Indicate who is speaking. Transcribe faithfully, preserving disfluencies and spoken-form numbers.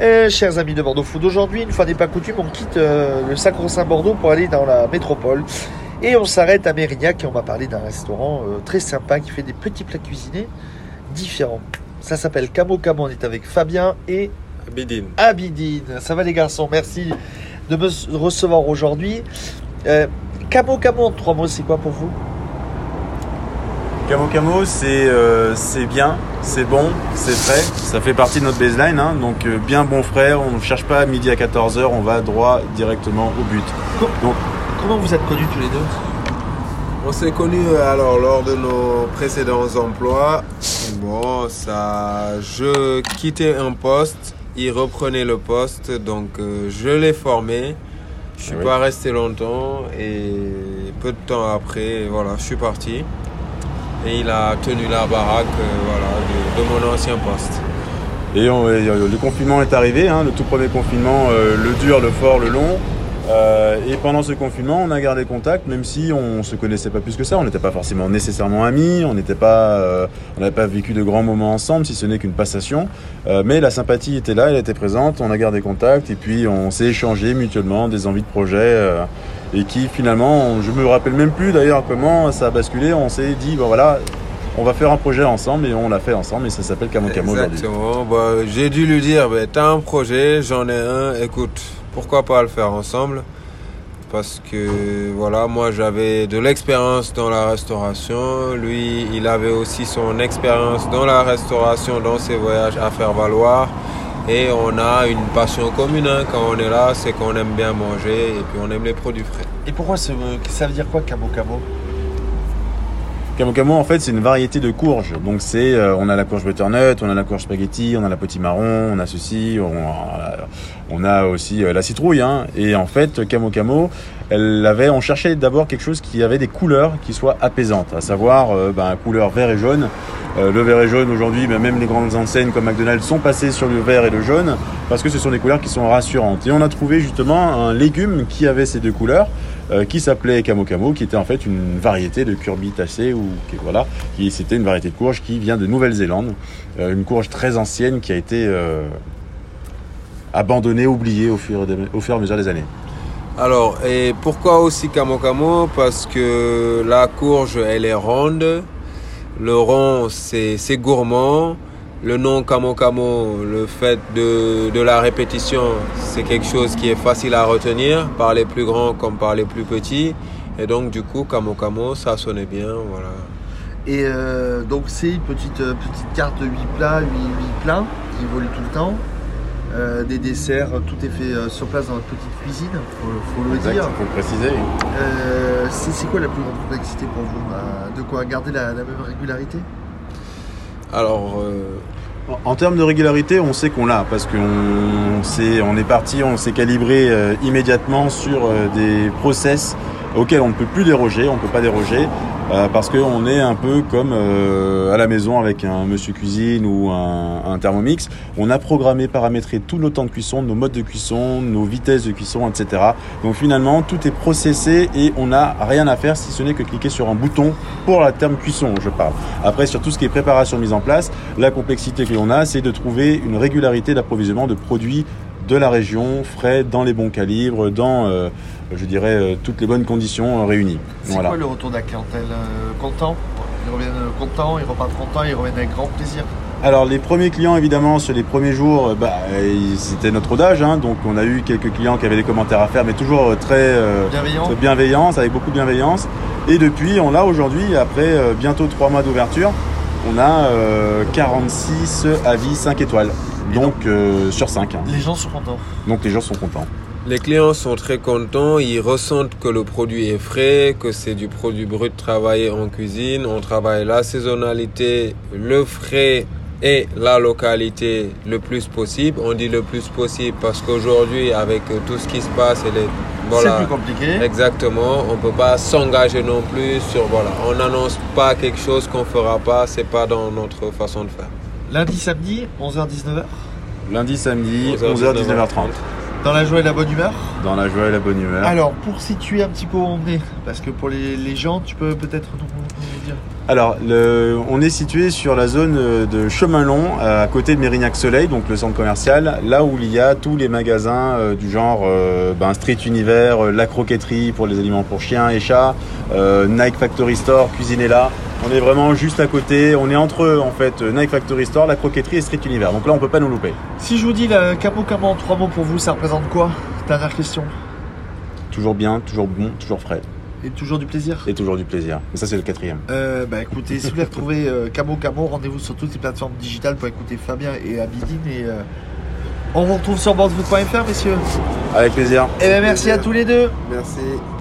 Speaker 1: Euh, chers amis de Bordeaux Food, aujourd'hui, une fois n'est pas coutume, on quitte euh, le Sacro-Saint Bordeaux pour aller dans la métropole. Et on s'arrête à Mérignac et on m'a parlé d'un restaurant euh, très sympa qui fait des petits plats cuisinés différents. Ça s'appelle Camo Camo. On est avec Fabien et
Speaker 2: Abidine.
Speaker 1: Abidine. Ça va les garçons, merci de me recevoir aujourd'hui. Euh, Camo Camo en trois mots, c'est quoi pour vous?
Speaker 2: Camo Camo, c'est euh, c'est bien, c'est bon, c'est frais. Ça fait partie de notre baseline, hein, donc euh, bien bon frais. On ne cherche pas à midi à quatorze heures, on va droit directement au but.
Speaker 1: Donc, comment vous êtes connus tous les deux?
Speaker 3: On s'est connus alors lors de nos précédents emplois. Bon, ça, je quittais un poste, il reprenait le poste, donc euh, je l'ai formé. Je suis
Speaker 2: oui.
Speaker 3: pas resté longtemps et peu de temps après, voilà, je suis parti. Et il a tenu la baraque euh, voilà, de, de mon ancien poste.
Speaker 2: Et on, le confinement est arrivé, hein, le tout premier confinement, euh, le dur, le fort, le long. Euh, et pendant ce confinement, on a gardé contact, même si on ne se connaissait pas plus que ça. On n'était pas forcément nécessairement amis, on n'était pas, euh, on n'avait pas vécu de grands moments ensemble, si ce n'est qu'une passation. Euh, mais la sympathie était là, elle était présente, on a gardé contact et puis on s'est échangé mutuellement des envies de projet. Euh, et qui finalement, je me rappelle même plus d'ailleurs comment ça a basculé. On s'est dit, bon voilà, on va faire un projet ensemble et on l'a fait ensemble et ça s'appelle Camo Camo aujourd'hui.
Speaker 3: Exactement. Bah, j'ai dû lui dire, bah, t'as un projet, j'en ai un, écoute, pourquoi pas le faire ensemble? Parce que voilà, moi j'avais de l'expérience dans la restauration, lui il avait aussi son expérience dans la restauration, dans ses voyages à faire valoir. Et on a une passion commune, hein. Quand on est là, c'est qu'on aime bien manger et puis on aime les produits frais.
Speaker 1: Et pourquoi ce, ça veut dire quoi Camo Camo?
Speaker 2: Camo Camo, en fait, c'est une variété de courges. Donc, c'est, euh, on a la courge butternut, on a la courge spaghetti, on a la potimarron, on a ceci, on a, on a aussi euh, la citrouille. Hein. Et en fait, Camo Camo, elle avait, on cherchait d'abord quelque chose qui avait des couleurs qui soient apaisantes, à savoir euh, ben, couleur vert et jaune. Euh, le vert et jaune aujourd'hui, ben, même les grandes enseignes comme McDonald's sont passées sur le vert et le jaune parce que ce sont des couleurs qui sont rassurantes. Et on a trouvé justement un légume qui avait ces deux couleurs. Euh, qui s'appelait Camo Camo, qui était en fait une variété de curbitacées ou qui, voilà, qui c'était une variété de courge qui vient de Nouvelle-Zélande, euh, une courge très ancienne qui a été euh, abandonnée, oubliée au fur, de, au fur et à mesure des années.
Speaker 3: Alors, et pourquoi aussi Camo Camo? Parce que la courge, elle est ronde, le rond, c'est, c'est gourmand. Le nom Camo Camo, le fait de, de la répétition, c'est quelque chose qui est facile à retenir par les plus grands comme par les plus petits. Et donc, du coup, Camo Camo, ça sonnait bien, voilà.
Speaker 1: Et euh, donc, c'est une petite, euh, petite carte de huit plats, huit plats qui évolue tout le temps. Euh, des desserts, tout est fait euh, sur place dans la petite cuisine, il faut, faut le
Speaker 2: exact,
Speaker 1: dire.
Speaker 2: Il faut le préciser.
Speaker 1: Euh, c'est, c'est quoi la plus grande complexité pour vous? Bah, de quoi garder la, la même régularité?
Speaker 3: Alors... Euh...
Speaker 2: En, en termes de régularité, on sait qu'on l'a parce qu'on s'est, on est parti, on s'est calibré euh, immédiatement sur euh, des process auxquels on ne peut plus déroger, on ne peut pas déroger euh, parce qu'on est un peu comme euh, à la maison avec un monsieur cuisine ou un, un Thermomix. On a programmé, paramétré tous nos temps de cuisson, nos modes de cuisson, nos vitesses de cuisson, et cetera. Donc finalement, tout est processé et on n'a rien à faire si ce n'est que cliquer sur un bouton pour la terme cuisson, je parle. Après, sur tout ce qui est préparation mise en place, la complexité que l'on a, c'est de trouver une régularité d'approvisionnement de produits de la région, frais, dans les bons calibres, dans, euh, je dirais, euh, toutes les bonnes conditions euh, réunies.
Speaker 1: C'est voilà. Quoi le retour de la clientèle? euh, Content? Ils reviennent contents, ils repartent contents, ils reviennent avec grand plaisir.
Speaker 2: Alors les premiers clients, évidemment, sur les premiers jours, bah, c'était notre rodage, hein, donc on a eu quelques clients qui avaient des commentaires à faire, mais toujours très, euh,
Speaker 1: Bienveillant.
Speaker 2: très bienveillance, avec beaucoup de bienveillance. Et depuis, on a aujourd'hui, après euh, bientôt trois mois d'ouverture, on a euh, quarante-six avis cinq étoiles. Donc euh, sur cinq. Hein.
Speaker 1: Les gens sont contents.
Speaker 2: Donc les gens sont contents.
Speaker 3: Les clients sont très contents, ils ressentent que le produit est frais, que c'est du produit brut travaillé en cuisine. On travaille la saisonnalité, le frais et la localité le plus possible. On dit le plus possible parce qu'aujourd'hui, avec tout ce qui se passe, et les, voilà,
Speaker 1: c'est plus compliqué.
Speaker 3: Exactement, on ne peut pas s'engager non plus sur, voilà, on n'annonce pas quelque chose qu'on ne fera pas, c'est pas dans notre façon de faire.
Speaker 1: Lundi, samedi, onze heures dix-neuf heures.
Speaker 2: Lundi, samedi, onze heures dix-neuf heures trente.
Speaker 1: Dans la joie et la bonne humeur.
Speaker 2: Dans la joie et la bonne humeur.
Speaker 1: Alors, pour situer un petit peu où on est, parce que pour les, les gens, tu peux peut-être nous, nous dire.
Speaker 2: Alors, le, on est situé sur la zone de Chemin Long, à côté de Mérignac-Soleil, donc le centre commercial, là où il y a tous les magasins euh, du genre euh, ben, Street Univers, euh, La Croquetterie pour les aliments pour chiens et chats, euh, Nike Factory Store, Cuisinella. On est vraiment juste à côté, on est entre en fait Nike Factory Store, La Croquetterie et Street Univers. Donc là, on peut pas nous louper.
Speaker 1: Si je vous dis la Camo Camo en trois mots pour vous, ça représente quoi? Dernière question.
Speaker 2: Toujours bien, toujours bon, toujours frais.
Speaker 1: Et toujours du plaisir.
Speaker 2: Et toujours du plaisir. Mais ça, c'est le quatrième.
Speaker 1: Euh, bah écoutez, si vous voulez retrouver euh, Camo Camo, rendez-vous sur toutes les plateformes digitales pour écouter Fabien et Abidine. Et euh, on vous retrouve sur boardfoot point f r, messieurs.
Speaker 2: Avec plaisir.
Speaker 1: Et bien merci à tous les deux.
Speaker 3: Merci.